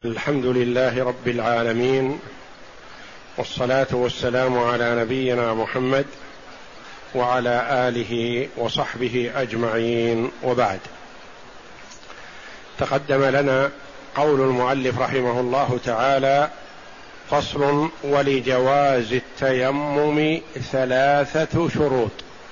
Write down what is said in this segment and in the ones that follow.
الحمد لله رب العالمين، والصلاة والسلام على نبينا محمد وعلى آله وصحبه أجمعين، وبعد. تقدم لنا قول المؤلف رحمه الله تعالى: فصل: ولجواز التيمم 3 شروط.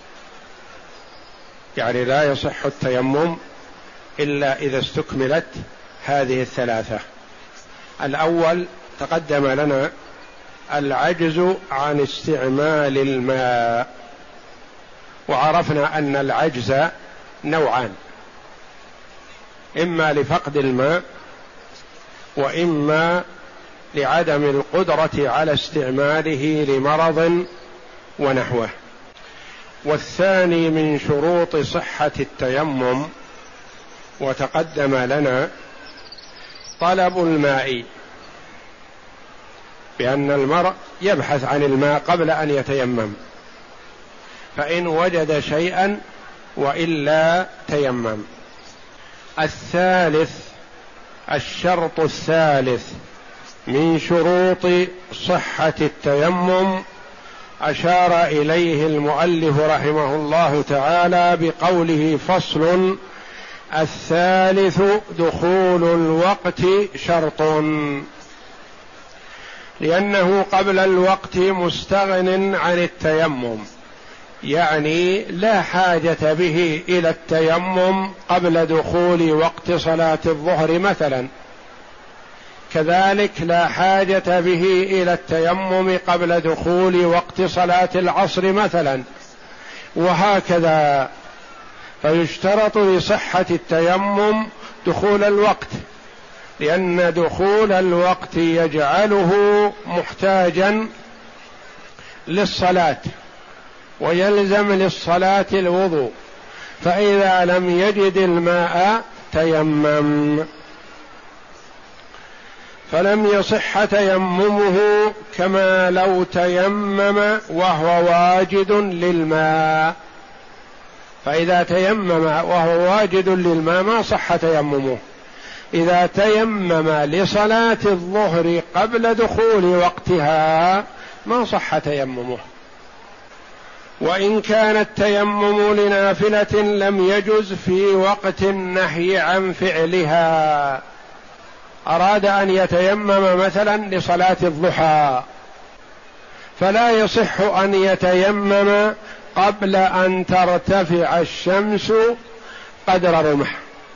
يعني لا يصح التيمم إلا إذا استكملت هذه 3. الأول تقدم لنا العجز عن استعمال الماء، وعرفنا أن العجز نوعان: إما لفقد الماء، وإما لعدم القدرة على استعماله لمرض ونحوه. والثاني من شروط صحة التيمم، وتقدم لنا طلب الماء، بأن المرء يبحث عن الماء قبل أن يتيمم، فإن وجد شيئا وإلا تيمم. الثالث، الشرط الثالث من شروط صحة التيمم، أشار إليه المؤلف رحمه الله تعالى بقوله: فصل: الثالث دخول الوقت شرط، لأنه قبل الوقت مستغن عن التيمم، يعني لا حاجة به إلى التيمم قبل دخول وقت صلاة الظهر مثلا، كذلك لا حاجة به إلى التيمم قبل دخول وقت صلاة العصر مثلا، وهكذا. فيشترط لصحة التيمم دخول الوقت، لأن دخول الوقت يجعله محتاجا للصلاة، ويلزم للصلاة الوضوء، فإذا لم يجد الماء تيمم، فلم يصح تيممه كما لو تيمم وهو واجد للماء. فإذا تيمم وهو واجد للماء ما صح تيممه. إذا تيمم لصلاة الظهر قبل دخول وقتها ما صح تيممه. وإن كان التيمم لنافلة لم يجز في وقت النهي عن فعلها. أراد أن يتيمم مثلا لصلاة الضحى، فلا يصح أن يتيمم قبل أن ترتفع الشمس قدر رمح،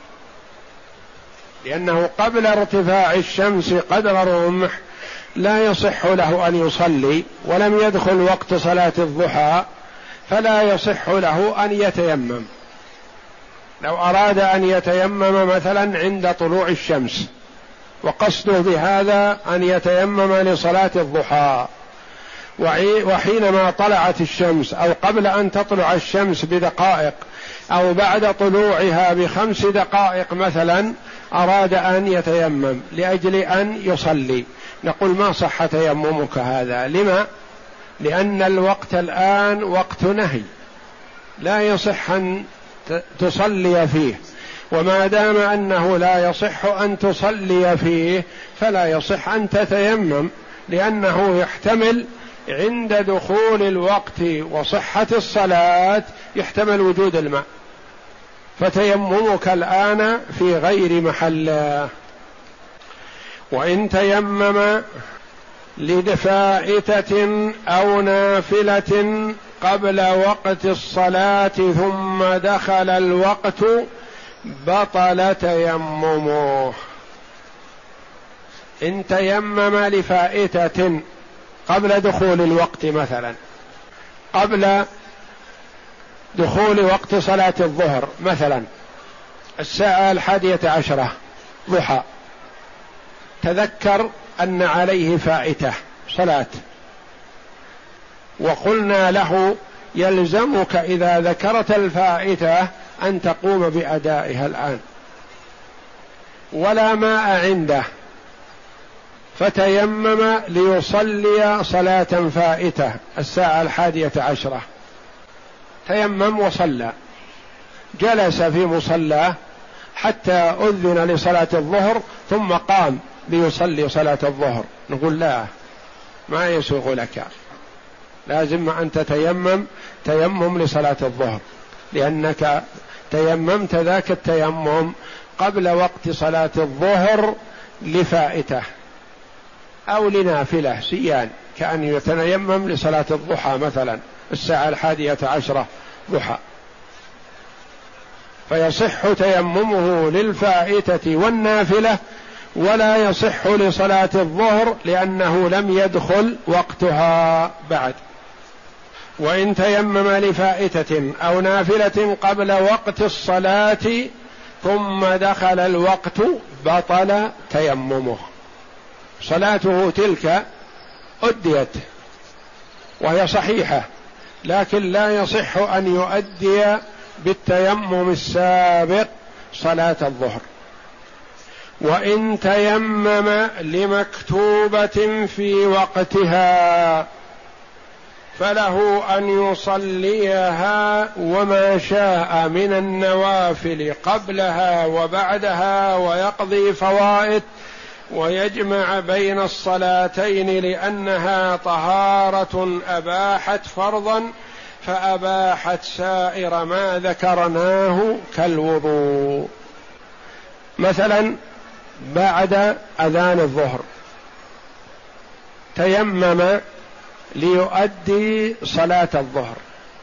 لأنه قبل ارتفاع الشمس قدر رمح لا يصح له أن يصلي، ولم يدخل وقت صلاة الضحى، فلا يصح له أن يتيمم. لو أراد أن يتيمم مثلا عند طلوع الشمس، وقصده بهذا أن يتيمم لصلاة الضحى، وحينما طلعت الشمس أو قبل أن تطلع الشمس بدقائق أو بعد طلوعها ب5 دقائق مثلا، أراد أن يتيمم لأجل أن يصلي، نقول ما صح تيممك هذا. لما؟ لأن الوقت الآن وقت نهي، لا يصح أن تصلي فيه، وما دام أنه لا يصح أن تصلي فيه فلا يصح أن تتيمم، لأنه يحتمل عند دخول الوقت وصحة الصلاة يحتمل وجود الماء، فتيممك الآن في غير محله. وإن تيمم لفائتة أو نافلة قبل وقت الصلاة ثم دخل الوقت بطل تيممه. إن تيمم لفائتة قبل دخول الوقت، مثلا قبل دخول وقت صلاة الظهر مثلا 11:10 ضحى، تذكر أن عليه فائتة صلاة، وقلنا له يلزمك إذا ذكرت الفائتة أن تقوم بأدائها الآن، ولا ماء عنده، فتيمم ليصلي صلاة فائتة 11:10، تيمم وصلى، جلس في مصلاه حتى أذن لصلاة الظهر، ثم قام ليصلي صلاة الظهر، نقول لا، ما يسوغ لك، لازم أن تتيمم تيمم لصلاة الظهر، لأنك تيممت ذاك التيمم قبل وقت صلاة الظهر لفائته أو لنافلة سيان، كأن يتيمم لصلاة الضحى مثلا 11:10 ضحى، فيصح تيممه للفائتة والنافلة، ولا يصح لصلاة الظهر لأنه لم يدخل وقتها بعد. وإن تيمم لفائتة أو نافلة قبل وقت الصلاة ثم دخل الوقت بطل تيممه، صلاته تلك أديت وهي صحيحة، لكن لا يصح أن يؤدي بالتيمم السابق صلاة الظهر. وإن تيمم لمكتوبة في وقتها فله أن يصليها وما شاء من النوافل قبلها وبعدها، ويقضي فوائد ويجمع بين الصلاتين، لأنها طهارة أباحت فرضا فأباحت سائر ما ذكرناه كالوضوء. مثلا بعد أذان الظهر تيمم ليؤدي صلاة الظهر،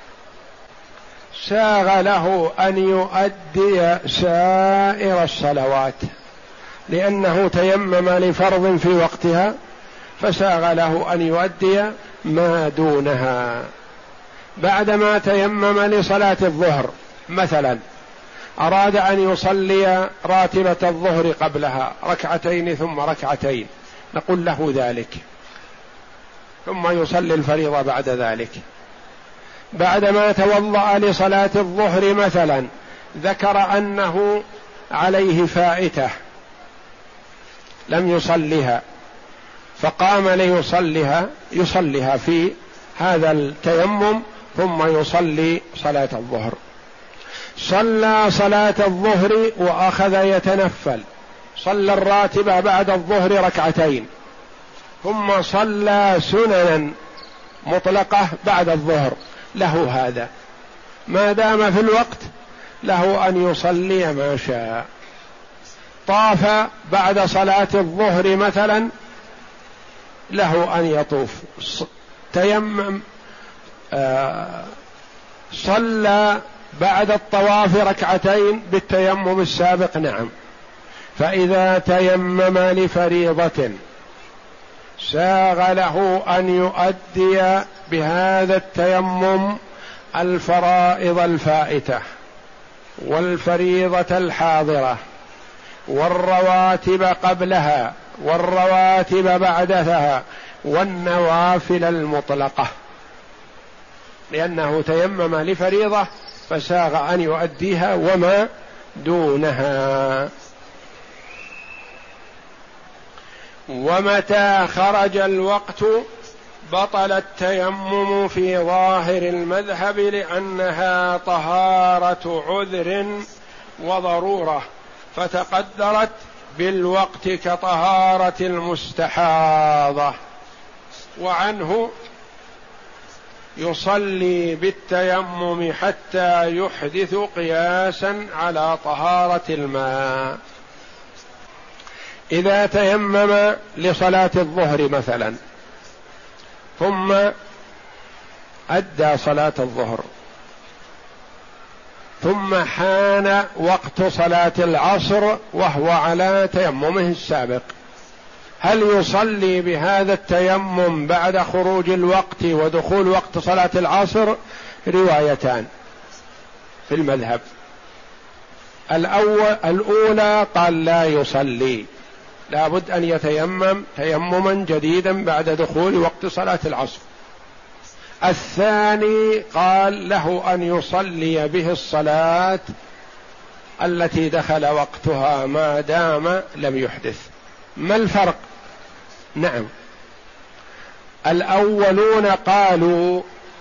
ساغ له أن يؤدي سائر الصلوات، لأنه تيمم لفرض في وقتها، فساغ له أن يؤدي ما دونها. بعدما تيمم لصلاة الظهر مثلا أراد أن يصلي راتبة الظهر قبلها 2 ثم 2، نقول له ذلك، ثم يصلي الفريضة بعد ذلك. بعدما توضأ لصلاة الظهر مثلا ذكر أنه عليه فائتة لم يصلها، فقام ليصليها، يصليها في هذا التيمم ثم يصلي صلاة الظهر. صلى صلاة الظهر وأخذ يتنفل، صلى الراتبة بعد الظهر 2 ثم صلى سننا مطلقة بعد الظهر، له هذا ما دام في الوقت، له أن يصلي ما شاء. طاف بعد صلاة الظهر مثلا، له أن يطوف. تيمم صلى بعد الطواف 2 بالتيمم السابق، نعم. فإذا تيمم لفريضة ساغ له أن يؤدي بهذا التيمم الفرائض الفائتة والفريضة الحاضرة والرواتب قبلها والرواتب بعدها والنوافل المطلقة، لأنه تيمم لفريضة فساغ أن يؤديها وما دونها. ومتى خرج الوقت بطل التيمم في ظاهر المذهب، لأنها طهارة عذر وضرورة، فتقدرت بالوقت كطهارة المستحاضة. وعنه يصلي بالتيمم حتى يحدث قياسا على طهارة الماء. إذا تيمم لصلاة الظهر مثلا ثم أدى صلاة الظهر، ثم حان وقت صلاة العصر وهو على تيممه السابق، هل يصلي بهذا التيمم بعد خروج الوقت ودخول وقت صلاة العصر؟ روايتان في المذهب. الأولى قال لا يصلي، لابد أن يتيمم تيمما جديدا بعد دخول وقت صلاة العصر. الثاني قال له أن يصلي به الصلاة التي دخل وقتها ما دام لم يحدث. ما الفرق؟ نعم، الأولون قالوا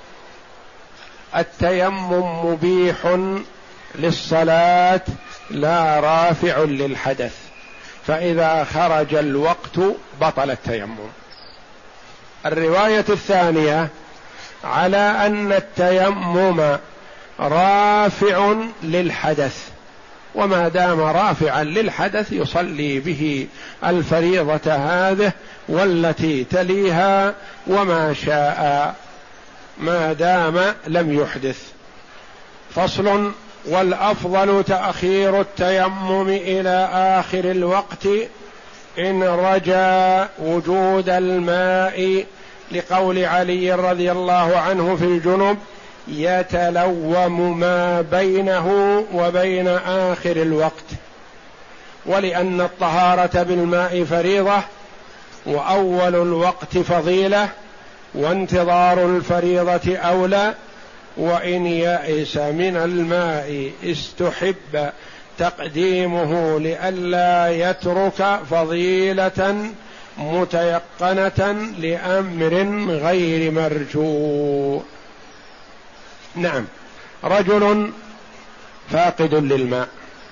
التيمم مبيح للصلاة لا رافع للحدث، فإذا خرج الوقت بطل التيمم. الرواية الثانية على أن التيمم رافع للحدث، وما دام رافعا للحدث يصلي به الفريضة هذه والتي تليها وما شاء ما دام لم يحدث. فصل: والأفضل تأخير التيمم إلى آخر الوقت إن رجا وجود الماء، لقول علي رضي الله عنه في الجنب: يتلوم ما بينه وبين آخر الوقت. ولأن الطهارة بالماء فريضة، وأول الوقت فضيلة، وانتظار الفريضة أولى، وإن يئس من الماء استحب تقديمه لئلا يترك فضيلة متيقنة لأمر غير مرجو. نعم، رجل فاقد للماء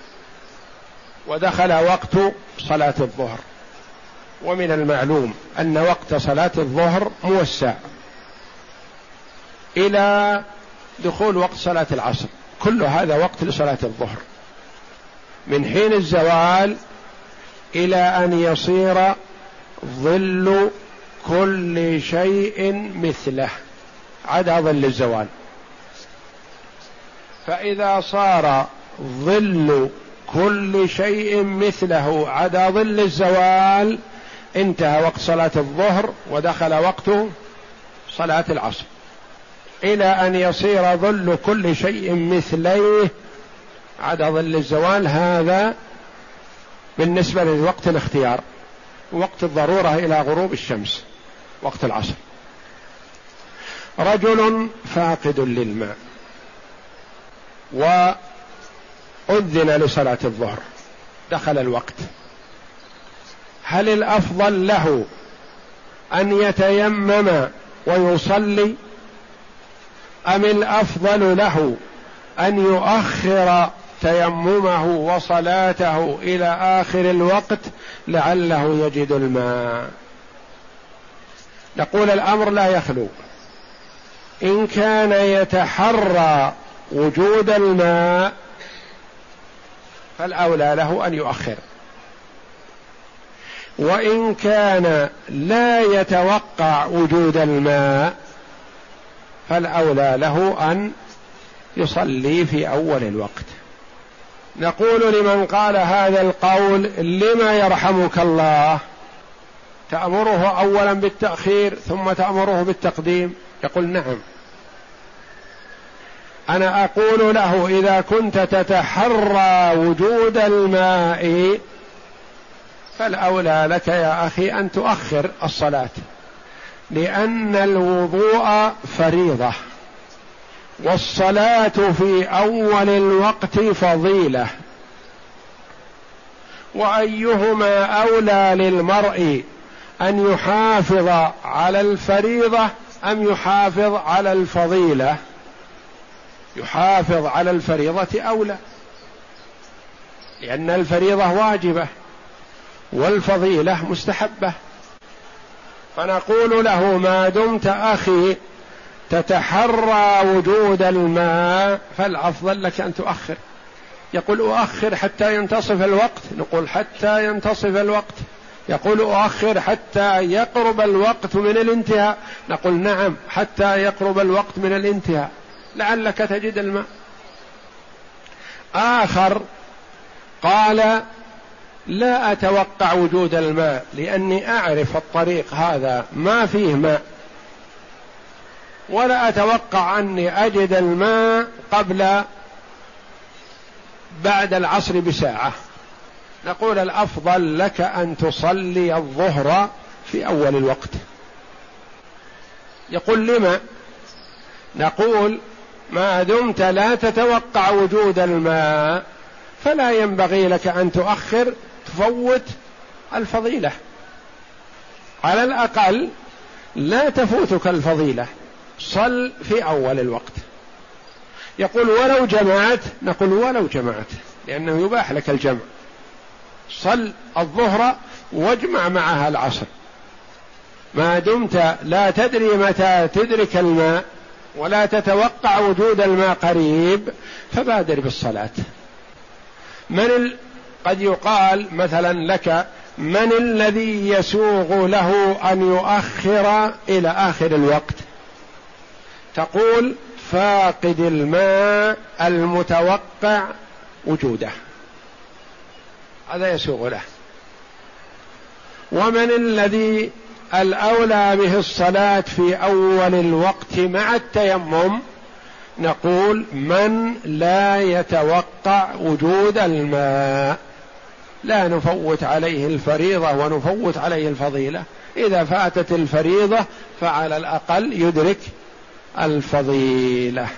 ودخل وقت صلاة الظهر، ومن المعلوم أن وقت صلاة الظهر موسع إلى دخول وقت صلاة العصر، كل هذا وقت لصلاة الظهر، من حين الزوال إلى أن يصير ظل كل شيء مثله عدا ظل الزوال. فإذا صار ظل كل شيء مثله عدا ظل الزوال انتهى وقت صلاة الظهر ودخل وقت صلاة العصر، إلى أن يصير ظل كل شيء مثليه عدا ظل الزوال. هذا بالنسبة للوقت الاختيار، وقت الضرورة إلى غروب الشمس وقت العصر. رجل فاقد للماء وأذن لصلاة الظهر، دخل الوقت، هل الأفضل له أن يتيمم ويصلي، أم الأفضل له أن يؤخر تيممه وصلاته إلى آخر الوقت لعله يجد الماء؟ نقول الأمر لا يخلو. إن كان يتحرى وجود الماء فالأولى له أن يؤخر، وإن كان لا يتوقع وجود الماء فالأولى له أن يصلي في أول الوقت. نقول لمن قال هذا القول: لما يرحمك الله تأمره أولا بالتأخير ثم تأمره بالتقديم؟ يقول: نعم، أنا أقول له إذا كنت تتحرى وجود الماء فالأولى لك يا أخي أن تؤخر الصلاة، لأن الوضوء فريضة، والصلاة في أول الوقت فضيلة، وأيهما أولى للمرء أن يحافظ على الفريضة أم يحافظ على الفضيلة؟ يحافظ على الفريضة أولى، لأن الفريضة واجبة والفضيلة مستحبة. فنقول له: ما دمت أخي تتحرى وجود الماء فالأفضل لك أن تؤخر. يقول: أؤخر حتى ينتصف الوقت. نقول: حتى ينتصف الوقت. يقول: أؤخر حتى يقرب الوقت من الانتهاء. نقول: نعم، حتى يقرب الوقت من الانتهاء لعلك تجد الماء. آخر قال: لا أتوقع وجود الماء لأني أعرف الطريق هذا ما فيه ماء، ولا أتوقع أني أجد الماء بعد العصر بساعة. نقول: الأفضل لك أن تصلي الظهر في أول الوقت. يقول: لما؟ نقول: ما دمت لا تتوقع وجود الماء فلا ينبغي لك أن تؤخر تفوت الفضيلة، على الأقل لا تفوتك الفضيلة، صل في أول الوقت. يقول: ولو جمعت؟ نقول: ولو جمعت، لأنه يباح لك الجمع، صل الظهر واجمع معها العصر، ما دمت لا تدري متى تدرك الماء ولا تتوقع وجود الماء قريب فبادر بالصلاة. قد يقال مثلا لك: من الذي يسوغ له أن يؤخر إلى آخر الوقت؟ تقول: فاقد الماء المتوقع وجوده، هذا يسوغ له. ومن الذي الأولى به الصلاة في أول الوقت مع التيمم؟ نقول: من لا يتوقع وجود الماء، لا نفوت عليه الفريضة ونفوت عليه الفضيلة، إذا فاتت الفريضة فعلى الأقل يدرك الفضيلة.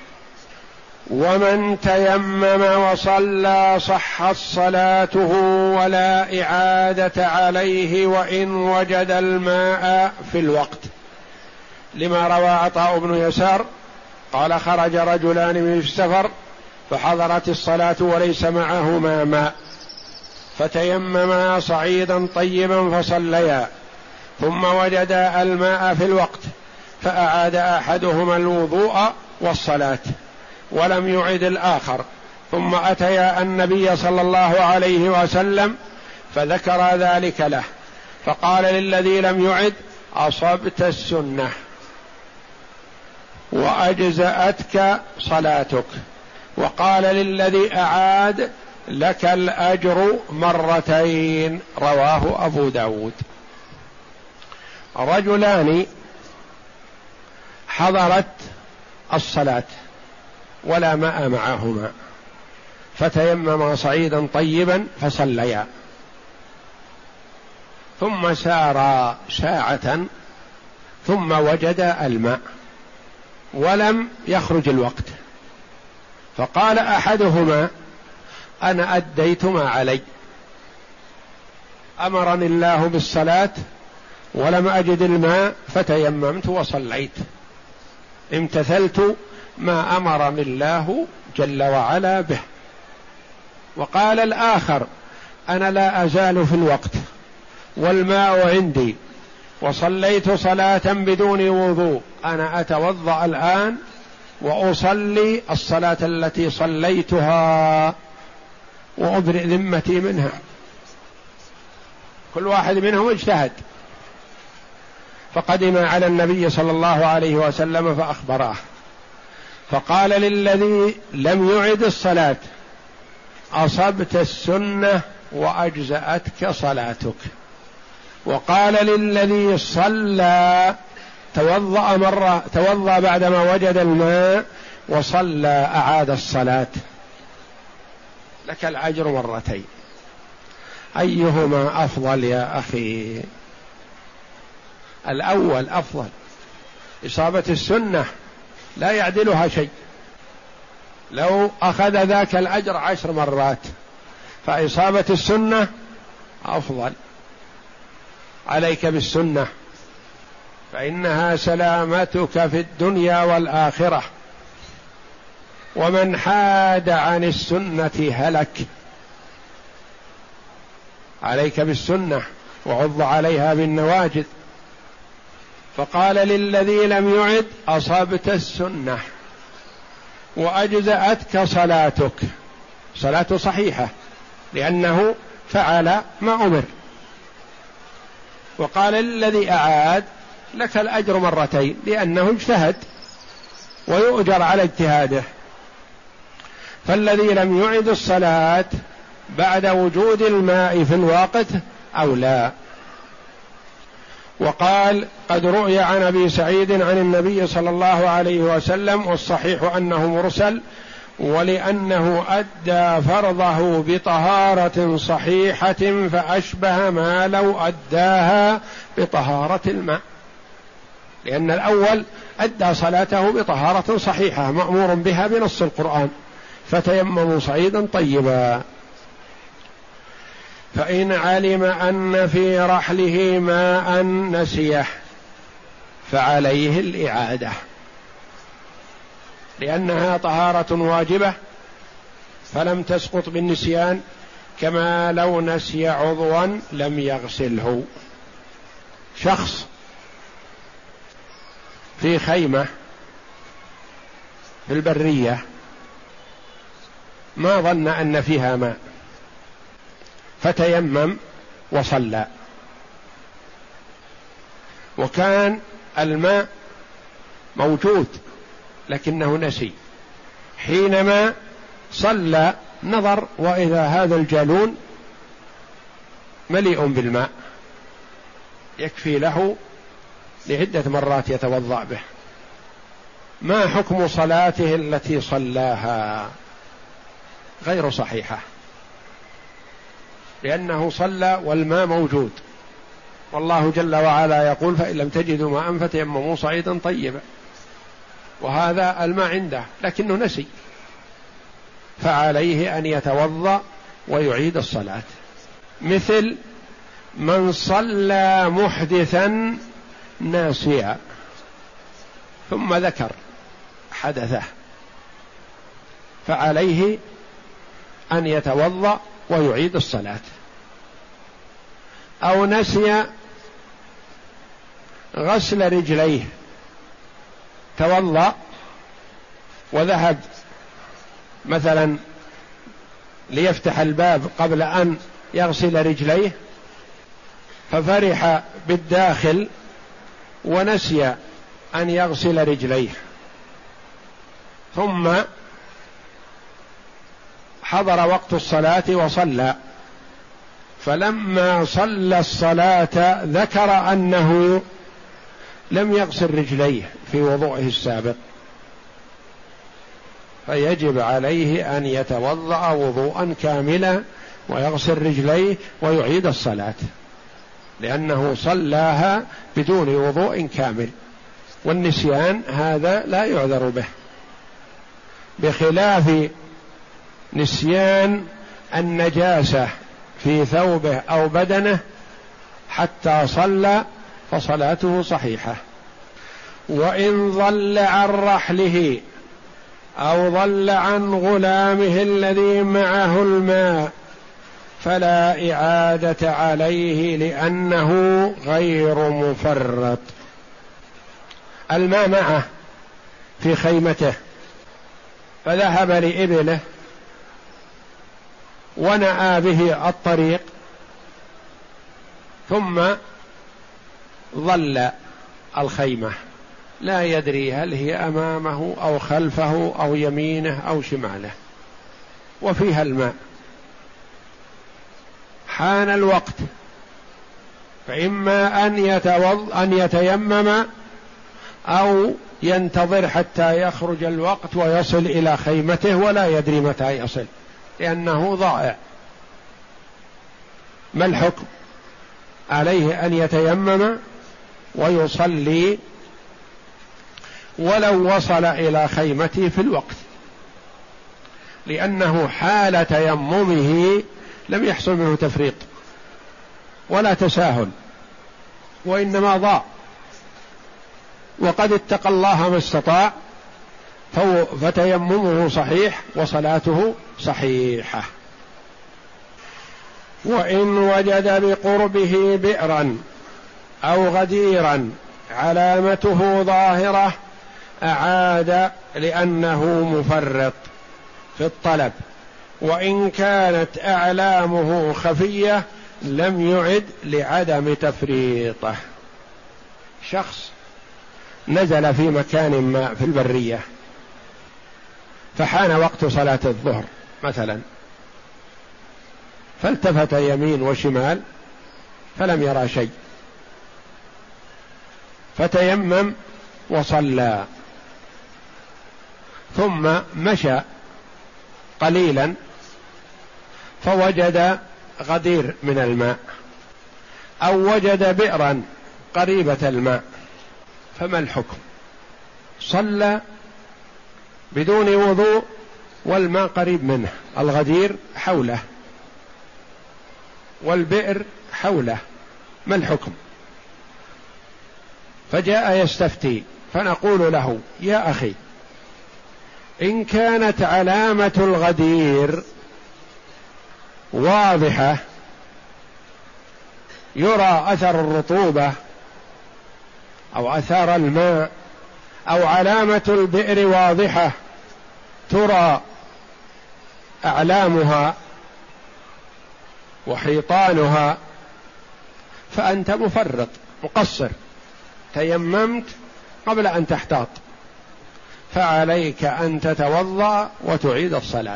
ومن تيمم وصلى صحت صلاته ولا إعادة عليه وإن وجد الماء في الوقت، لما روى عطاء بن يسار قال: خرج رجلان من السفر فحضرت الصلاة وليس معهما ماء، فتيمما صعيدا طيبا فصليا، ثم وجدا الماء في الوقت فأعاد أحدهما الوضوء والصلاة ولم يعد الآخر، ثم أتيا النبي صلى الله عليه وسلم فذكر ذلك له، فقال للذي لم يعد: أصبت السنة وأجزأتك صلاتك. وقال للذي أعاد: لك الأجر مرتين. رواه أبو داود. رجلان حضرت الصلاة ولا ماء معهما، فتيمما صعيدا طيبا فصليا، ثم سارا ساعة ثم وجدا الماء ولم يخرج الوقت، فقال أحدهما: أنا أديت ما علي، أمرني الله بالصلاة ولم أجد الماء فتيممت وصليت، امتثلت ما أمرني الله جل وعلا به. وقال الآخر: أنا لا أزال في الوقت والماء عندي وصليت صلاة بدون وضوء، أنا أتوضأ الآن وأصلي الصلاة التي صليتها وأبرئ ذمتي منها. كل واحد منهم اجتهد، فقدم على النبي صلى الله عليه وسلم فأخبراه، فقال للذي لم يعد الصلاة: أصبت السنة وأجزأتك صلاتك. وقال للذي صلى توضأ بعدما وجد الماء وصلى أعاد الصلاة، لك الأجر مرتين. أيهما أفضل يا أخي؟ الأول أفضل، إصابة السنة لا يعدلها شيء، لو أخذ ذاك الأجر 10 مرات، فإصابة السنة أفضل. عليك بالسنة فإنها سلامتك في الدنيا والآخرة، ومن حاد عن السنة هلك. عليك بالسنة وعض عليها بالنواجذ. فقال للذي لم يعد: أصبت السنة وأجزأتك صلاتك، صلاة صحيحة لأنه فعل ما أمر. وقال للذي أعاد: لك الأجر مرتين لأنه اجتهد ويؤجر على اجتهاده. فالذي لم يعد الصلاة بعد وجود الماء في الوقت أولى. وقال: قد رؤي عن أبي سعيد عن النبي صلى الله عليه وسلم، والصحيح أنه مرسل، ولأنه أدى فرضه بطهارة صحيحة فأشبه ما لو أداها بطهارة الماء، لأن الأول أدى صلاته بطهارة صحيحة مأمور بها بنص القرآن، فتيمموا صعيدا طيبا. فإن علم أن في رحله ماء نسيه فعليه الإعادة، لأنها طهارة واجبة فلم تسقط بالنسيان، كما لو نسي عضوا لم يغسله. شخص في خيمة في البرية ما ظن أن فيها ماء فتيمم وصلى، وكان الماء موجود لكنه نسي، حينما صلى نظر وإذا هذا الجالون مليء بالماء يكفي له لعدة مرات يتوضأ به. ما حكم صلاته التي صلاها؟ غير صحيحة، لأنه صلى والماء موجود، والله جل وعلا يقول فإن لم تجدوا ماء فتيمموا صعيدا طيبا، وهذا الماء عنده لكنه نسي، فعليه أن يتوضأ ويعيد الصلاة. مثل من صلى محدثا ناسيا ثم ذكر حدثه، فعليه أن يتوضأ ويعيد الصلاة. أو نسي غسل رجليه، توضأ وذهب مثلا ليفتح الباب قبل أن يغسل رجليه، ففرح بالداخل ونسي أن يغسل رجليه، ثم حضر وقت الصلاة وصلى، فلما صلى الصلاة ذكر أنه لم يغسل رجليه في وضوءه السابق، فيجب عليه أن يتوضأ وضوءا كاملا ويغسل رجليه ويعيد الصلاة، لأنه صلاها بدون وضوء كامل، والنسيان هذا لا يعذر به، بخلاف نسيان النجاسة في ثوبه أو بدنه حتى صلى فصلاته صحيحة. وإن ضل عن رحله أو ضل عن غلامه الذي معه الماء فلا إعادة عليه لأنه غير مفرط. الماء معه في خيمته فذهب لإبله ونأى به الطريق ثم ظل الخيمة، لا يدري هل هي أمامه أو خلفه أو يمينه أو شماله، وفيها الماء، حان الوقت، فإما أن يتيمم أو ينتظر حتى يخرج الوقت ويصل إلى خيمته ولا يدري متى يصل لأنه ضائع. ما الحكم؟ عليه أن يتيمم ويصلي ولو وصل إلى خيمته في الوقت، لأنه حال تيممه لم يحصل منه تفريط ولا تساهل، وإنما ضاع، وقد اتقى الله ما استطاع، فتيممه صحيح وصلاته صحيحة. وإن وجد بقربه بئرا أو غديرا علامته ظاهرة أعاد لأنه مفرط في الطلب، وإن كانت أعلامه خفية لم يعد لعدم تفريطه. شخص نزل في مكان ما في البرية فحان وقت صلاة الظهر مثلا، فالتفت يمين وشمال فلم يرى شيء، فتيمم وصلى، ثم مشى قليلا فوجد غدير من الماء أو وجد بئرا قريبة الماء، فما الحكم؟ صلى بدون وضوء والماء قريب منه، الغدير حوله والبئر حوله، ما الحكم؟ فجاء يستفتي، فنقول له يا أخي إن كانت علامة الغدير واضحة يرى أثر الرطوبة أو أثر الماء، أو علامة البئر واضحة ترى أعلامها وحيطانها، فأنت مفرط مقصر، تيممت قبل أن تحتاط، فعليك أن تتوضأ وتعيد الصلاة.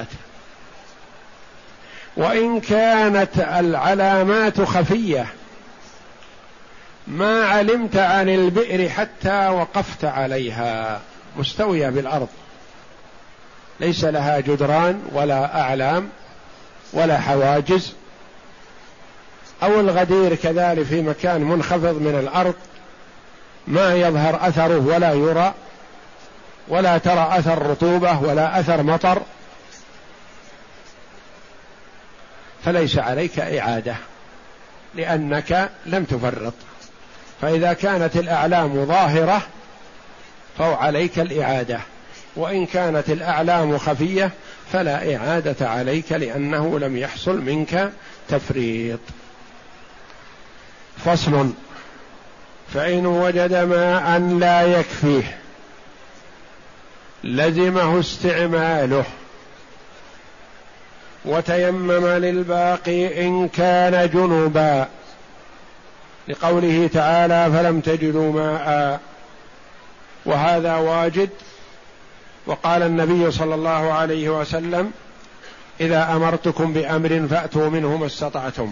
وإن كانت العلامات خفية ما علمت عن البئر حتى وقفت عليها مستوية بالأرض، ليس لها جدران ولا أعلام ولا حواجز، أو الغدير كذلك في مكان منخفض من الأرض ما يظهر أثره ولا يرى، ولا ترى أثر رطوبة ولا أثر مطر، فليس عليك إعادة لأنك لم تفرط. فإذا كانت الأعلام ظاهرة فعليك الإعادة، وإن كانت الأعلام خفية فلا إعادة عليك لأنه لم يحصل منك تفريط. فصل: فإن وجد ماء لا يكفيه لزمه استعماله، وتيمم للباقي إن كان جنبا، لقوله تعالى: فلم تجدوا ماء، وهذا واجد. وقال النبي صلى الله عليه وسلم: إذا أمرتكم بأمر فأتوا منه ما استطعتم،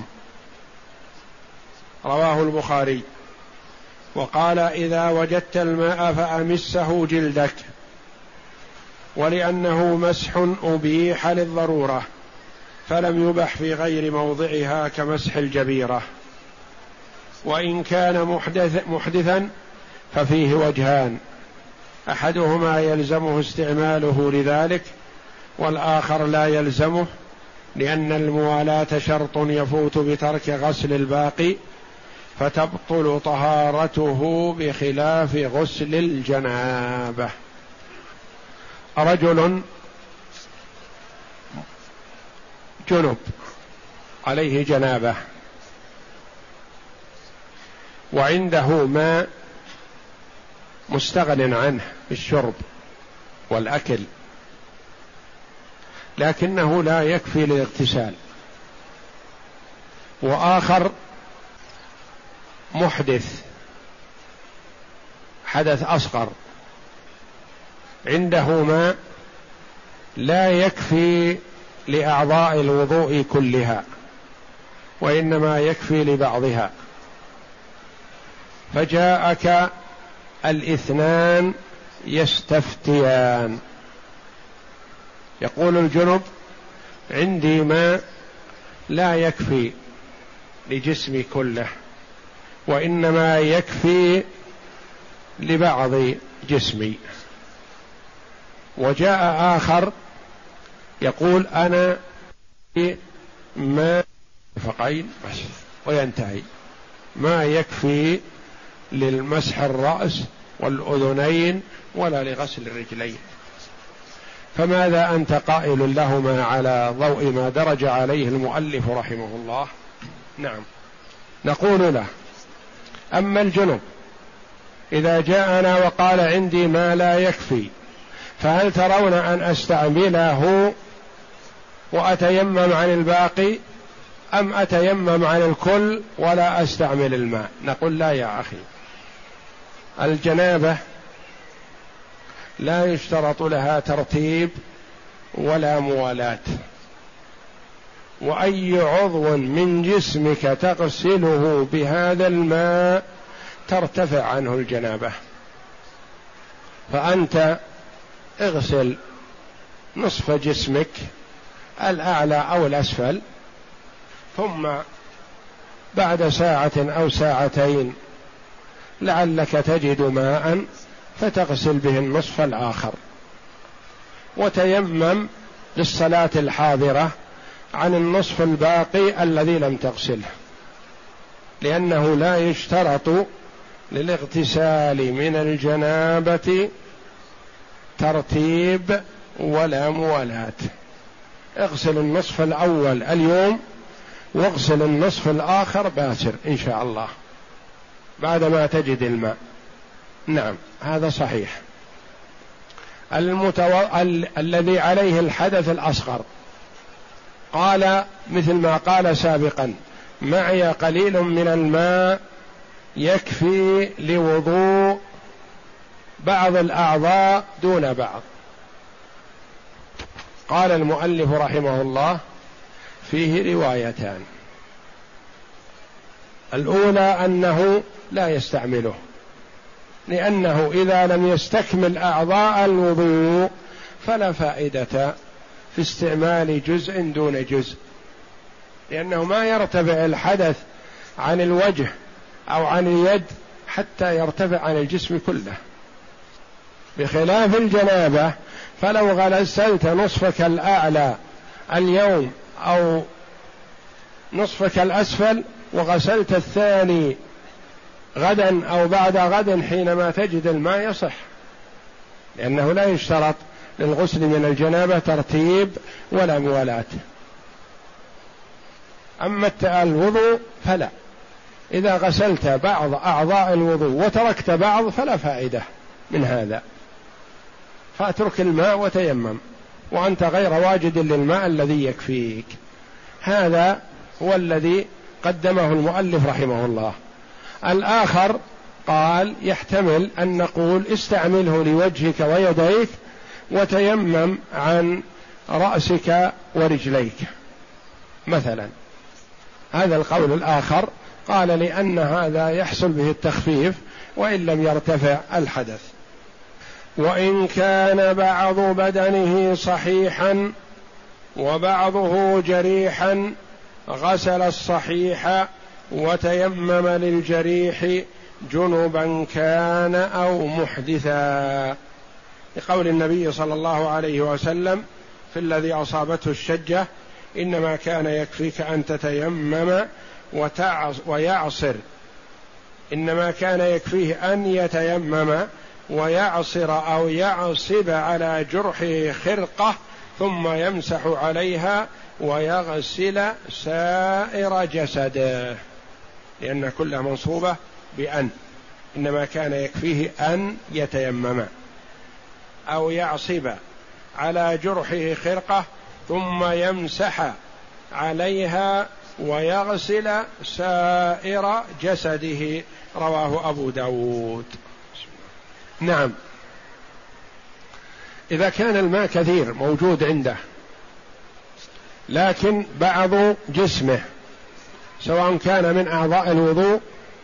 رواه البخاري. وقال: إذا وجدت الماء فأمسه جلدك، ولأنه مسح أبيح للضرورة فلم يبح في غير موضعها كمسح الجبيرة. وإن كان محدثا ففيه وجهان: أحدهما يلزمه استعماله لذلك، والآخر لا يلزمه، لأن الموالاة شرط يفوت بترك غسل الباقي، فتبطل طهارته بخلاف غسل الجنابة. رجل جنب عليه جنابة وعنده ماء مستغن عنه بالشرب والأكل، لكنه لا يكفي للاغتسال، وآخر محدث حدث أصغر عنده ماء لا يكفي لأعضاء الوضوء كلها وإنما يكفي لبعضها، فجاءك الاثنان يستفتيان، يقول الجنب: عندي ماء لا يكفي لجسمي كله وإنما يكفي لبعض جسمي. وجاء آخر يقول: أنا ماء فقين بس وينتهي، ما يكفي للمسح الرأس والأذنين ولا لغسل الرجلين، فماذا أنت قائل لهما على ضوء ما درج عليه المؤلف رحمه الله؟ نعم، نقول له: أما الجنب إذا جاءنا وقال عندي ما لا يكفي، فهل ترون أن أستعمله وأتيمم عن الباقي، أم أتيمم عن الكل ولا أستعمل الماء؟ نقول: لا يا أخي، الجنابة لا يشترط لها ترتيب ولا موالاة، وأي عضو من جسمك تغسله بهذا الماء ترتفع عنه الجنابة، فأنت اغسل نصف جسمك الأعلى أو الأسفل، ثم بعد ساعة أو ساعتين لعلك تجد ماء فتغسل به النصف الآخر، وتيمم للصلاة الحاضرة عن النصف الباقي الذي لم تغسله، لأنه لا يشترط للاغتسال من الجنابة ترتيب ولا موالاة. اغسل النصف الأول اليوم واغسل النصف الآخر باسر إن شاء الله بعدما تجد الماء. نعم هذا صحيح. الذي عليه الحدث الأصغر قال مثل ما قال سابقا: معي قليل من الماء يكفي لوضوء بعض الأعضاء دون بعض. قال المؤلف رحمه الله: فيه روايتان، الأولى أنه لا يستعمله، لأنه إذا لم يستكمل أعضاء الوضوء فلا فائدة في استعمال جزء دون جزء، لأنه ما يرتفع الحدث عن الوجه أو عن اليد حتى يرتفع عن الجسم كله، بخلاف الجنابة فلو غسلت نصفك الأعلى اليوم أو نصفك الأسفل وغسلت الثاني غدا أو بعد غد حينما تجد الماء يصح، لأنه لا يشترط للغسل من الجنابة ترتيب ولا موالاة. أما الوضوء فلا، إذا غسلت بعض أعضاء الوضوء وتركت بعض فلا فائدة من هذا، فاترك الماء وتيمم وأنت غير واجد للماء الذي يكفيك. هذا هو الذي قدمه المؤلف رحمه الله. الآخر قال يحتمل أن نقول استعمله لوجهك ويديك وتيمم عن رأسك ورجليك مثلا. هذا القول الآخر قال لأن هذا يحصل به التخفيف وإن لم يرتفع الحدث. وإن كان بعض بدنه صحيحا وبعضه جريحا غسل الصحيح وتيمم للجريح جنبا كان أو محدثا، لقول النبي صلى الله عليه وسلم في الذي أصابته الشجة: إنما كان يكفيك أن تتيمم ويعصر، إنما كان يكفيه أن يتيمم ويعصر أو يعصب على جرحه خرقة ثم يمسح عليها ويغسل سائر جسده، لأن كلها منصوبة بأن، إنما كان يكفيه أن يتيمم أو يعصب على جرحه خرقة ثم يمسح عليها ويغسل سائر جسده. رواه أبو داود. نعم، إذا كان الماء كثير موجود عنده لكن بعض جسمه سواء كان من أعضاء الوضوء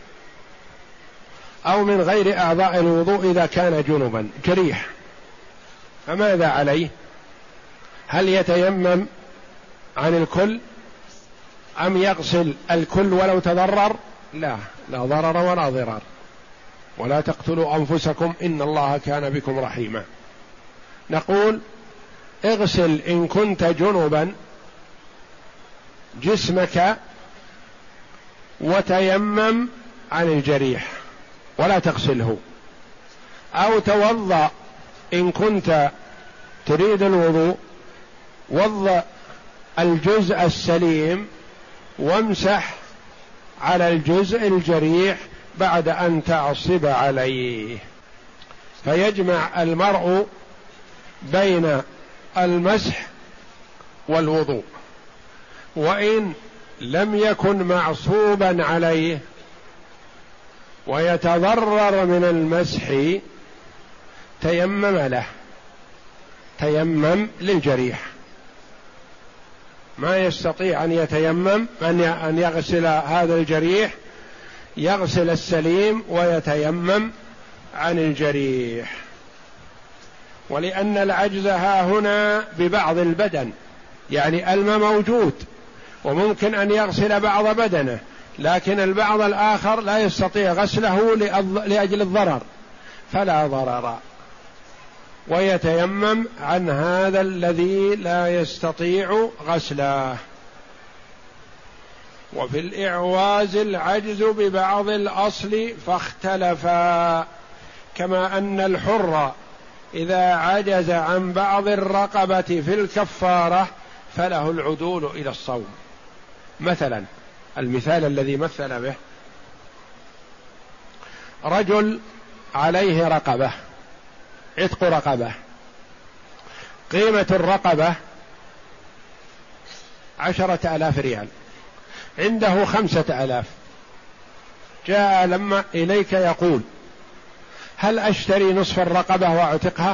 أو من غير أعضاء الوضوء إذا كان جنبا جريح، فماذا عليه؟ هل يتيمم عن الكل أم يغسل الكل ولو تضرر؟ لا ضرر ولا ضرار. ولا تقتلوا أنفسكم إن الله كان بكم رحيما. نقول اغسل إن كنت جنبا جسمك وتيمم عن الجريح ولا تغسله، أو توضأ إن كنت تريد الوضوء، وضأ الجزء السليم وامسح على الجزء الجريح بعد أن تعصب عليه. فيجمع المرء بين المسح والوضوء، وإن لم يكن معصوبا عليه ويتضرر من المسح تيمم له، تيمم للجريح. ما يستطيع أن يتيمم أن يغسل هذا الجريح، يغسل السليم ويتيمم عن الجريح. ولأن العجز ها هنا ببعض البدن، يعني الماء موجود وممكن أن يغسل بعض بدنه، لكن البعض الآخر لا يستطيع غسله لأجل الضرر، فلا ضرر، ويتيمم عن هذا الذي لا يستطيع غسله. وفي الإعواز العجز ببعض الأصل فاختلفا، كما أن الحر إذا عجز عن بعض الرقبة في الكفارة فله العدول إلى الصوم، مثلا المثال الذي مثل به رجل عليه رقبة، عتق رقبة، قيمة الرقبة 10,000 ريال، عنده 5,000. جاء لما إليك يقول: هل أشتري نصف الرقبة وأعتقها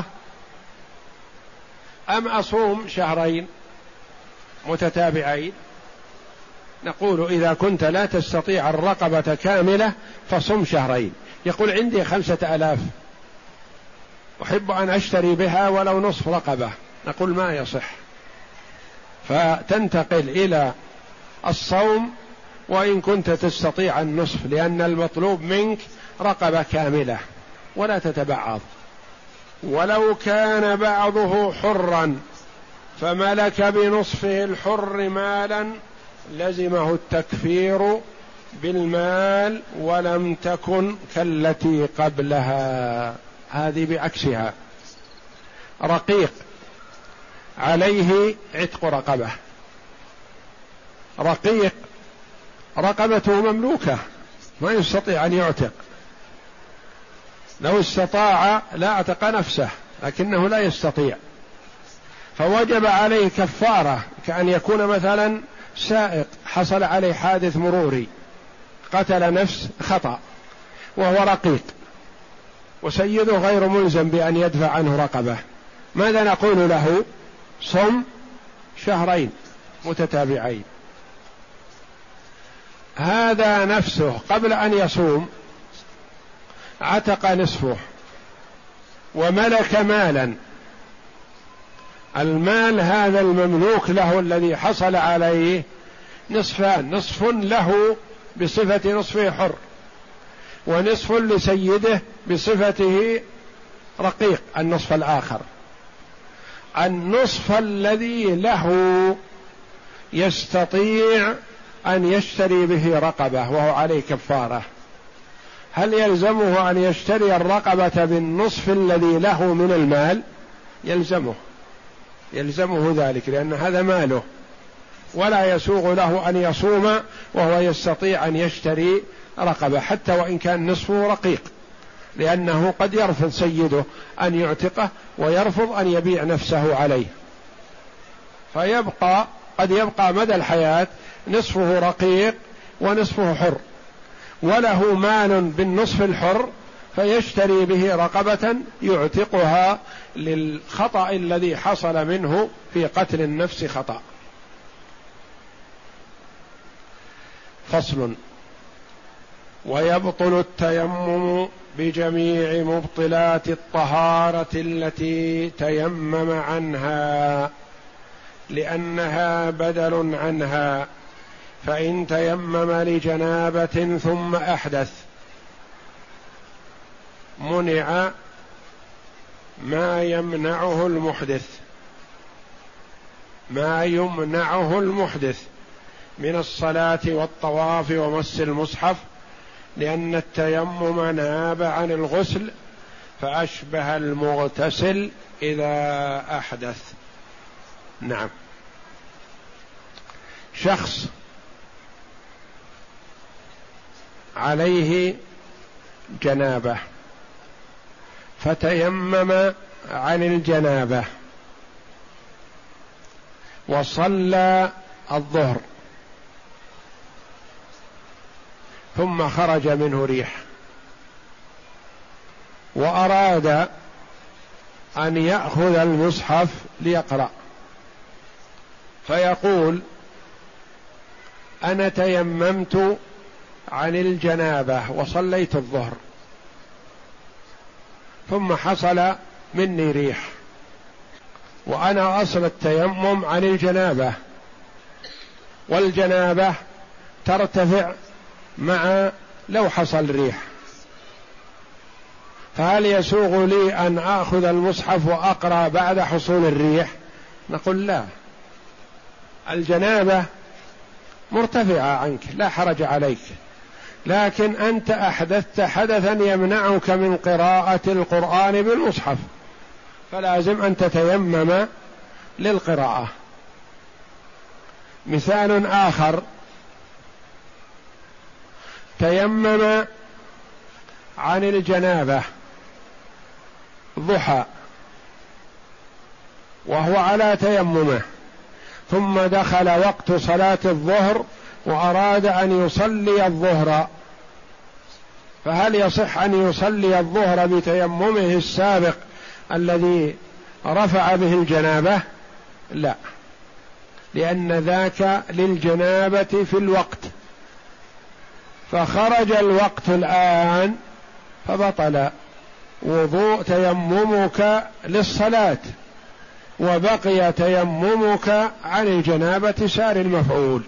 أم أصوم شهرين متتابعين؟ نقول: إذا كنت لا تستطيع الرقبة كاملة فصم شهرين. يقول: عندي 5,000 أحب أن أشتري بها ولو نصف رقبة. نقول: ما يصح، فتنتقل إلى الصوم وإن كنت تستطيع النصف، لأن المطلوب منك رقبة كاملة ولا تتبعض. ولو كان بعضه حرا فملك بنصفه الحر مالا لزمه التكفير بالمال ولم تكن كالتي قبلها. هذه بعكسها. رقيق عليه عتق رقبة، رقيق رقبته مملوكة ما يستطيع أن يعتق، لو استطاع لاعتق نفسه لكنه لا يستطيع، فوجب عليه كفارة، كأن يكون مثلا سائق حصل عليه حادث مروري قتل نفس خطأ وهو رقيق وسيده غير ملزم بأن يدفع عنه رقبة، ماذا نقول له؟ صم شهرين متتابعين. هذا نفسه قبل أن يصوم عتق نصفه وملك مالا، المال هذا المملوك له الذي حصل عليه نصفان: نصف له بصفة نصفه حر، ونصف لسيده بصفته رقيق النصف الآخر. النصف الذي له يستطيع أن يشتري به رقبة وهو عليه كفارة، هل يلزمه أن يشتري الرقبة بالنصف الذي له من المال؟ يلزمه ذلك، لأن هذا ماله، ولا يسوغ له أن يصوم وهو يستطيع أن يشتري رقبة حتى وإن كان نصفه رقيق، لأنه قد يرفض سيده أن يعتقه ويرفض أن يبيع نفسه عليه، قد يبقى مدى الحياة نصفه رقيق ونصفه حر، وله مال بالنصف الحر فيشتري به رقبة يعتقها للخطأ الذي حصل منه في قتل النفس خطأ. فصل: ويبطل التيمم بجميع مبطلات الطهارة التي تيمم عنها لأنها بدل عنها، فإن تيمم لجنابة ثم أحدث منع ما يمنعه المحدث من الصلاة والطواف ومس المصحف، لأن التيمم ناب عن الغسل فأشبه المغتسل إذا أحدث. نعم، شخص عليه جنابة فتيمم عن الجنابة وصلى الظهر ثم خرج منه ريح وأراد أن يأخذ المصحف ليقرأ، فيقول: أنا تيممت عن الجنابة وصليت الظهر ثم حصل مني ريح، وأنا أصل التيمم عن الجنابة، والجنابة ترتفع مع لو حصل ريح، فهل يسوغ لي أن آخذ المصحف وأقرأ بعد حصول الريح؟ نقول: لا، الجنابة مرتفعة عنك لا حرج عليك، لكن أنت أحدثت حدثا يمنعك من قراءة القرآن بالمصحف، فلازم أن تتيمم للقراءة. مثال آخر: تيمم عن الجنابة ضحى وهو على تيممه، ثم دخل وقت صلاة الظهر وأراد أن يصلي الظهر، فهل يصح أن يصلي الظهر بتيممه السابق الذي رفع به الجنابة؟ لا، لأن ذاك للجنابة في الوقت، فخرج الوقت الآن فبطل وضوء تيممك للصلاة، وبقي تيممك عن الجنابة سار المفعول.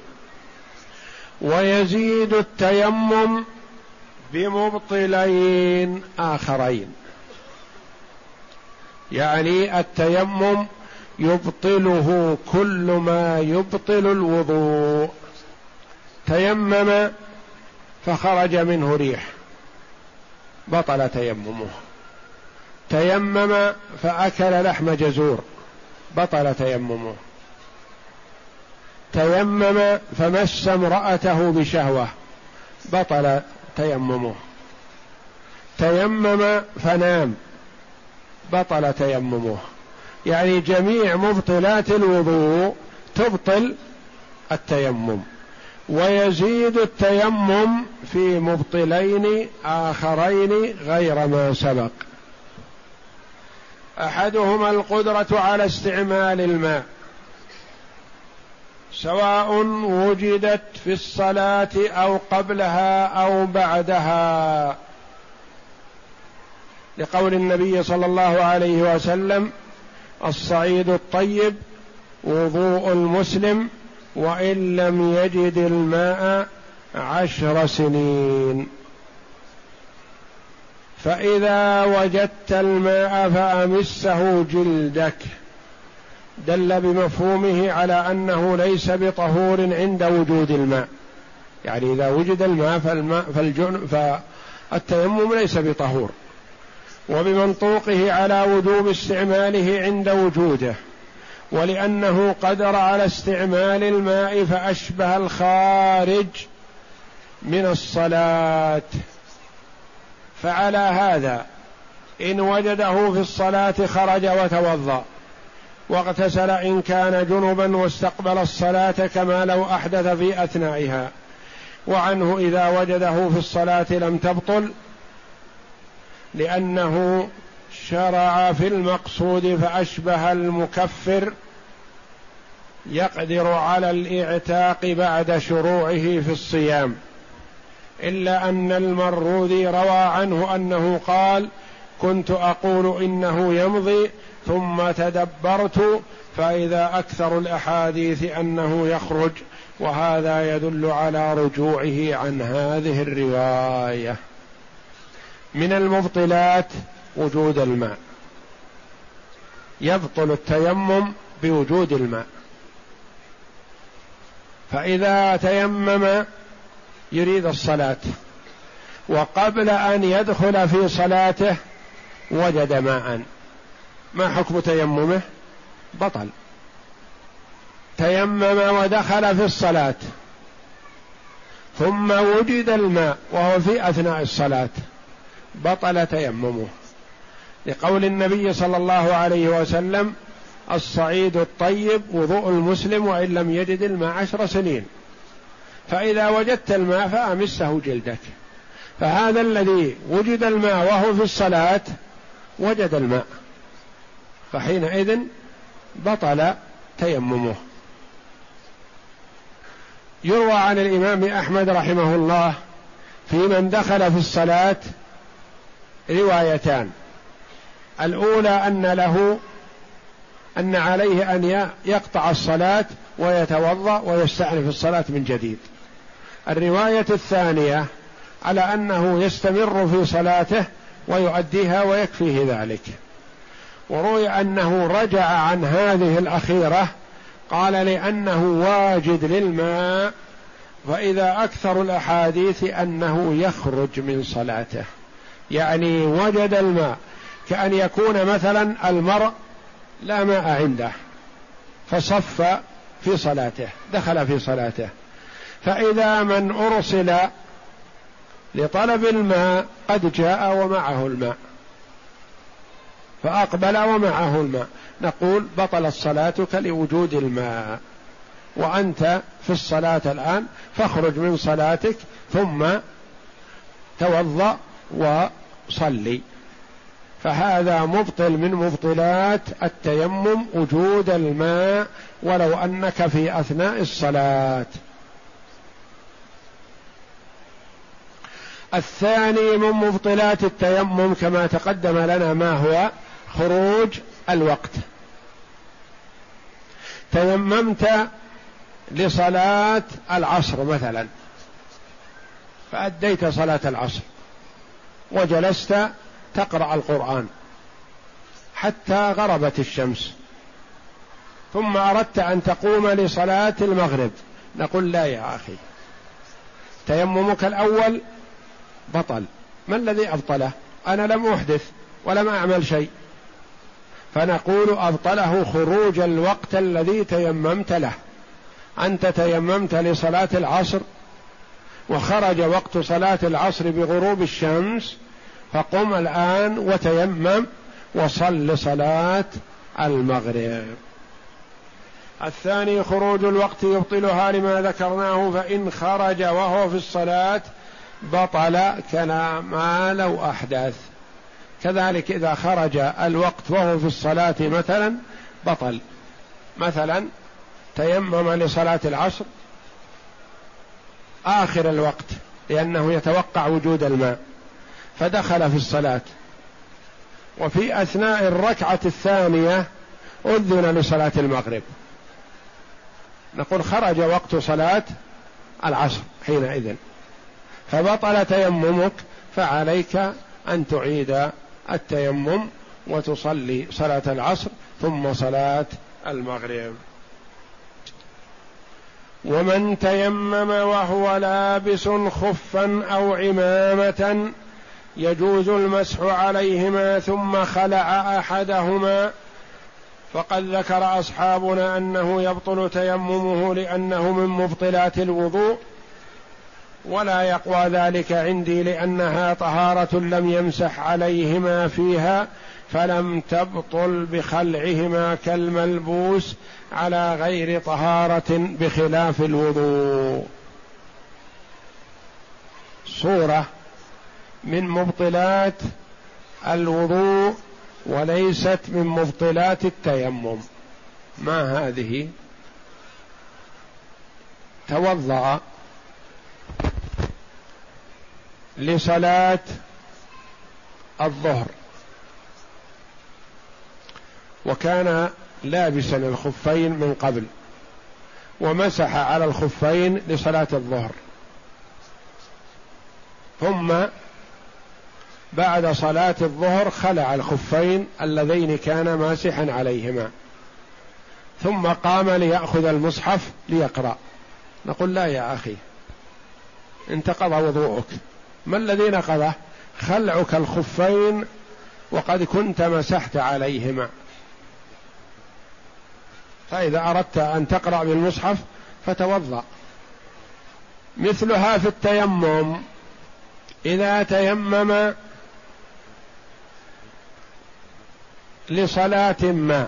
ويزيد التيمم بمبطلين آخرين، يعني التيمم يبطله كل ما يبطل الوضوء. تيمم فخرج منه ريح بطل تيممه، تيمم فأكل لحم جزور بطل تيممه، تيمم فمس امرأته بشهوة بطل تيممه، تيمم فنام بطل تيممه. يعني جميع مبطلات الوضوء تبطل التيمم. ويزيد التيمم في مبطلين آخرين غير ما سبق. أحدهما القدرة على استعمال الماء، سواء وجدت في الصلاة أو قبلها أو بعدها، لقول النبي صلى الله عليه وسلم: الصعيد الطيب وضوء المسلم وإن لم يجد الماء 10 سنين. فإذا وجدت الماء فأمسه جلدك، دل بمفهومه على أنه ليس بطهور عند وجود الماء، يعني إذا وجد الماء فالتيمم ليس بطهور، وبمنطوقه على وجوب استعماله عند وجوده، ولأنه قدر على استعمال الماء فأشبه الخارج من الصلاة. فعلى هذا إن وجده في الصلاة خرج وتوضأ واغتسل إن كان جنبا واستقبل الصلاة كما لو أحدث في أثنائها. وعنه إذا وجده في الصلاة لم تبطل، لأنه شرع في المقصود فأشبه المكفر يقدر على الإعتاق بعد شروعه في الصيام. إلا أن المروذي روى عنه أنه قال: كنت أقول إنه يمضي ثم تدبرت فإذا أكثر الأحاديث أنه يخرج، وهذا يدل على رجوعه عن هذه الرواية. من المبطلات وجود الماء، يبطل التيمم بوجود الماء. فإذا تيمم يريد الصلاة وقبل أن يدخل في صلاته وجد ماء، ما حكم تيممه؟ بطل. تيمم ودخل في الصلاة ثم وجد الماء وهو في أثناء الصلاة، بطل تيممه، لقول النبي صلى الله عليه وسلم: الصعيد الطيب وضوء المسلم وإن لم يجد الماء 10 سنين. فإذا وجدت الماء فأمسه جلدك. فهذا الذي وجد الماء وهو في الصلاة وجد الماء، فحينئذ بطل تيممه. يروى عن الإمام أحمد رحمه الله في من دخل في الصلاة روايتان: الأولى أن عليه أن يقطع الصلاة ويتوضأ ويستأنف الصلاة من جديد. الرواية الثانية على أنه يستمر في صلاته ويؤديها ويكفيه ذلك. وروي أنه رجع عن هذه الأخيرة، قال: لأنه واجد للماء، فإذا أكثر الأحاديث أنه يخرج من صلاته، يعني وجد الماء، كأن يكون مثلا المرء لا ماء عنده فصف في صلاته، دخل في صلاته، فإذا من أرسل لطلب الماء قد جاء ومعه الماء فأقبل ومعه الماء، نقول بطلت صلاتك لوجود الماء، وأنت في الصلاة الآن فاخرج من صلاتك ثم توضأ وصلي. فهذا مبطل من مبطلات التيمم وجود الماء ولو أنك في أثناء الصلاة. الثاني من مبطلات التيمم كما تقدم لنا ما هو خروج الوقت. تيممت لصلاة العصر مثلا، فأديت صلاة العصر وجلست تقرأ القرآن حتى غربت الشمس، ثم أردت أن تقوم لصلاة المغرب، نقول لا يا أخي، تيممك الأول بطل. ما الذي أبطله؟ أنا لم أحدث ولم أعمل شيء، فنقول أبطله خروج الوقت الذي تيممت له. أنت تيممت لصلاة العصر وخرج وقت صلاة العصر بغروب الشمس، فقم الآن وتيمم وصل صلاة المغرب. الثاني خروج الوقت يبطلها لما ذكرناه، فإن خرج وهو في الصلاة بطل كما لو أحدث. كذلك إذا خرج الوقت وهو في الصلاة مثلا بطل. مثلا تيمم لصلاة العصر آخر الوقت لأنه يتوقع وجود الماء، فدخل في الصلاة، وفي أثناء الركعة الثانية أذن لصلاة المغرب، نقول خرج وقت صلاة العصر حينئذ، فبطل تيممك، فعليك أن تعيد التيمم وتصلي صلاة العصر ثم صلاة المغرب. ومن تيمم وهو لابس خفا أو عمامة يجوز المسح عليهما ثم خلع أحدهما، فقد ذكر أصحابنا أنه يبطل تيممه لأنه من مبطلات الوضوء، ولا يقوى ذلك عندي لأنها طهارة لم يمسح عليهما فيها، فلم تبطل بخلعهما كالملبوس على غير طهارة بخلاف الوضوء. صورة من مبطلات الوضوء وليست من مبطلات التيمم. ما هذه؟ توضأ لصلاة الظهر وكان لابسا الخفين من قبل، ومسح على الخفين لصلاة الظهر، ثم بعد صلاة الظهر خلع الخفين اللذين كان ماسحا عليهما، ثم قام ليأخذ المصحف ليقرأ، نقول لا يا أخي، انتقض وضوءك. ما الذي نقضه؟ خلعك الخفين وقد كنت مسحت عليهما، فإذا أردت أن تقرأ بالمصحف فتوضأ. مثلها في التيمم، إذا تيمم لصلاة ما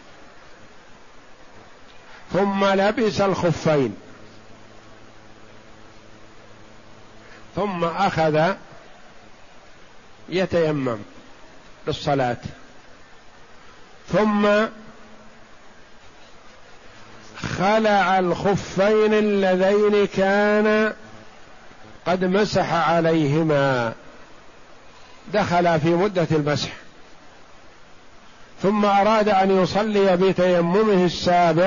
ثم لبس الخفين ثم أخذ يتيمم للصلاة، ثم خلع الخفين اللذين كان قد مسح عليهما، دخل في مدة المسح، ثم أراد أن يصلي بتيممه السابق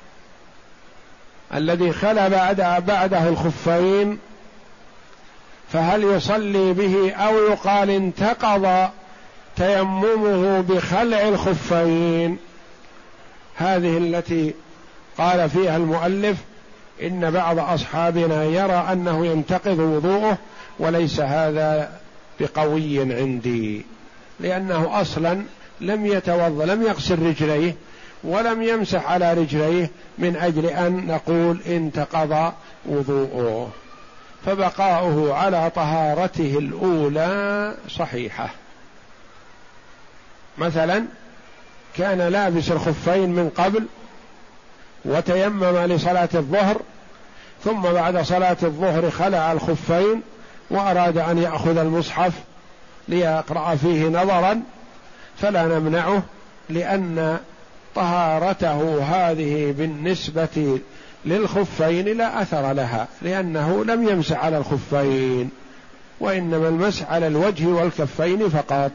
الذي خلع بعده الخفين، فهل يصلي به أو يقال انتقض تيممه بخلع الخفين؟ هذه التي قال فيها المؤلف إن بعض أصحابنا يرى أنه ينتقض وضوءه، وليس هذا بقوي عندي، لأنه أصلا لم يتوضأ، لم يغسل رجليه ولم يمسح على رجليه من أجل أن نقول انتقض وضوءه. فبقاؤه على طهارته الأولى صحيحة. مثلا كان لابس الخفين من قبل وتيمم لصلاة الظهر، ثم بعد صلاة الظهر خلع الخفين وأراد أن يأخذ المصحف ليقرأ فيه نظرا، فلا نمنعه، لأن طهارته هذه بالنسبة للخفين لا أثر لها، لأنه لم يمسح على الخفين، وإنما المسح على الوجه والكفين فقط.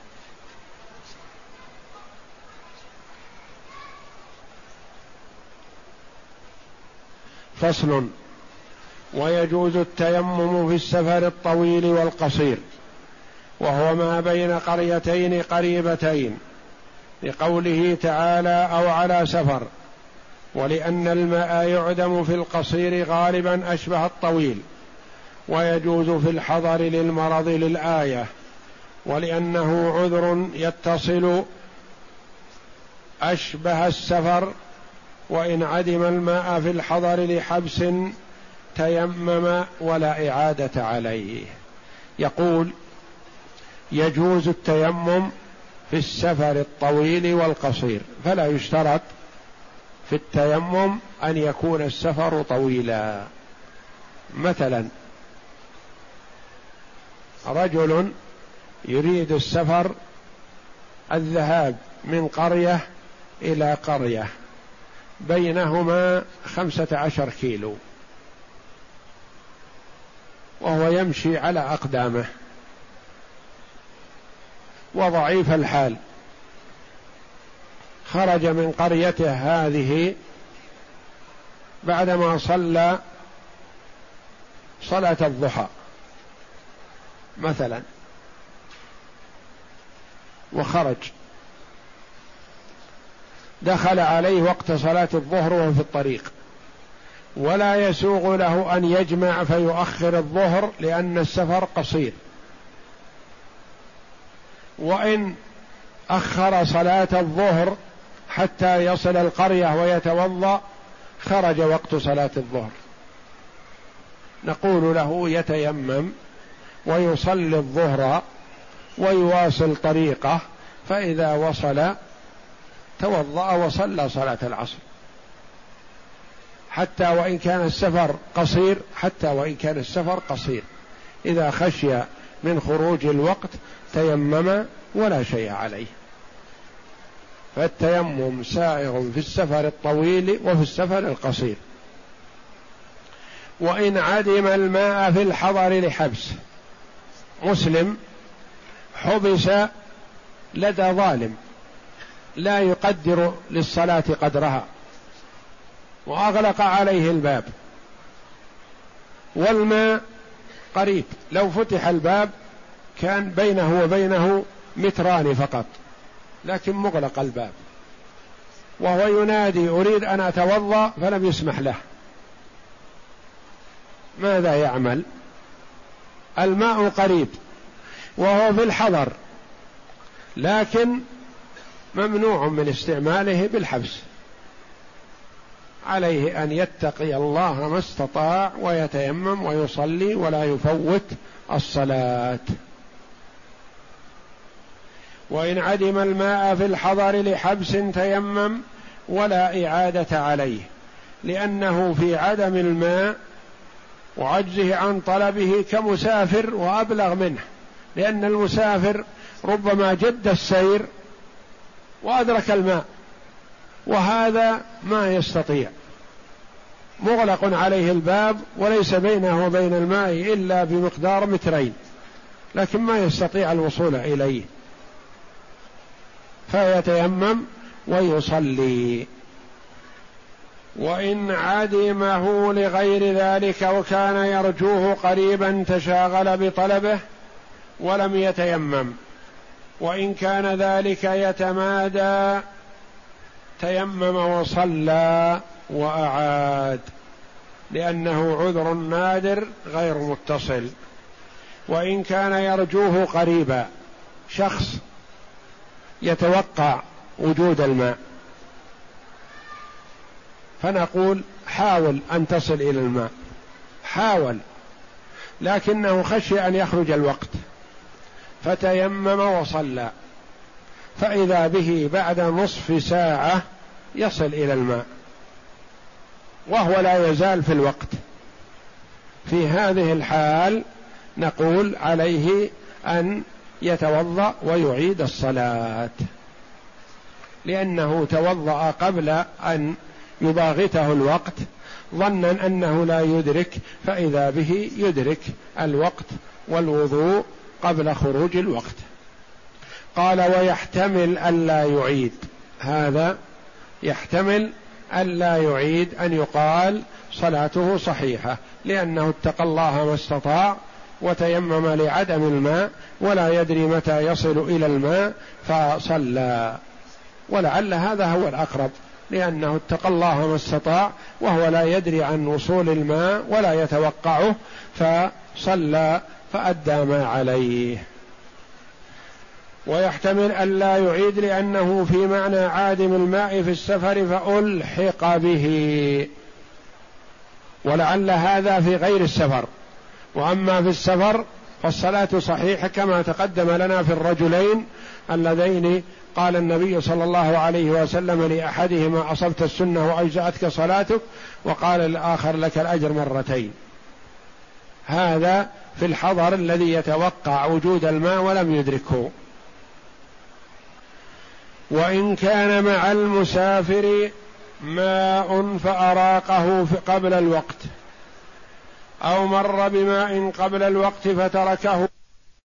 فصل: ويجوز التيمم في السفر الطويل والقصير، وهو ما بين قريتين قريبتين، لقوله تعالى: أو على سفر، ولأن الماء يعدم في القصير غالبا أشبه الطويل، ويجوز في الحضر للمرض للآية، ولأنه عذر يتصل أشبه السفر، وإن عدم الماء في الحضر لحبس تيمم ولا إعادة عليه. يقول: يجوز التيمم في السفر الطويل والقصير، فلا يشترط في التيمم أن يكون السفر طويلا. مثلا رجل يريد السفر، الذهاب من قرية إلى قرية بينهما 15 كيلو، وهو يمشي على أقدامه وضعيف الحال، خرج من قريته هذه بعدما صلى صلاة الضحى مثلا، وخرج، دخل عليه وقت صلاة الظهر وهو في الطريق، ولا يسوغ له أن يجمع فيؤخر الظهر لأن السفر قصير، وإن أخر صلاة الظهر حتى يصل القرية ويتوضأ خرج وقت صلاة الظهر، نقول له يتيمم ويصلي الظهر ويواصل طريقه، فإذا وصل توضأ وصلى صلاة العصر، حتى وإن كان السفر قصير، إذا خشي من خروج الوقت تيمم ولا شيء عليه. فالتيمم سائغ في السفر الطويل وفي السفر القصير. وإن عدم الماء في الحضر لحبس، مسلم حبس لدى ظالم لا يقدر للصلاة قدرها، وأغلق عليه الباب، والماء قريب، لو فتح الباب كان بينه وبينه متران فقط، لكن مغلق الباب، وهو ينادي: أريد أن أتوضأ، فلم يسمح له. ماذا يعمل؟ الماء قريب وهو في الحضر، لكن ممنوع من استعماله بالحبس، عليه أن يتقي الله ما استطاع ويتيمم ويصلي ولا يفوت الصلاة. وإن عدم الماء في الحضر لحبس تيمم ولا إعادة عليه، لأنه في عدم الماء وعجزه عن طلبه كمسافر وأبلغ منه، لأن المسافر ربما جد السير وأدرك الماء، وهذا ما يستطيع، مغلق عليه الباب وليس بينه وبين الماء إلا بمقدار مترين، لكن ما يستطيع الوصول إليه، فيتيمم ويصلي. وإن عدمه لغير ذلك وكان يرجوه قريبا تشاغل بطلبه ولم يتيمم، وإن كان ذلك يتمادى تيمم وصلى وأعاد، لأنه عذر نادر غير متصل. وإن كان يرجوه قريبا، شخص يتوقع وجود الماء، فنقول: حاول أن تصل إلى الماء، حاول، لكنه خشي أن يخرج الوقت فتيمم وصلى، فإذا به بعد نصف ساعة يصل إلى الماء وهو لا يزال في الوقت. في هذه الحال نقول عليه أن يتوضأ ويعيد الصلاة، لأنه توضأ قبل أن يباغته الوقت ظنا أنه لا يدرك، فإذا به يدرك الوقت والوضوء قبل خروج الوقت. قال ويحتمل ألا يعيد، هذا يحتمل ألا يعيد أن يقال صلاته صحيحة، لأنه اتقى الله ما استطاع وتيمم لعدم الماء ولا يدري متى يصل إلى الماء فصلى، ولعل هذا هو الأقرب، لأنه اتقى الله ما استطاع وهو لا يدري عن وصول الماء ولا يتوقعه فصلى فأدى ما عليه. ويحتمل ألا يعيد لأنه في معنى عادم الماء في السفر فألحق به، ولعل هذا في غير السفر، وأما في السفر فالصلاة صحيحة كما تقدم لنا في الرجلين اللذين قال النبي صلى الله عليه وسلم لأحدهما أصبت السنة وأجزأتك صلاتك، وقال الآخر لك الأجر مرتين. هذا في الحضر الذي يتوقع وجود الماء ولم يدركه. وإن كان مع المسافر ماء فأراقه قبل الوقت أو مر بماء قبل الوقت فتركه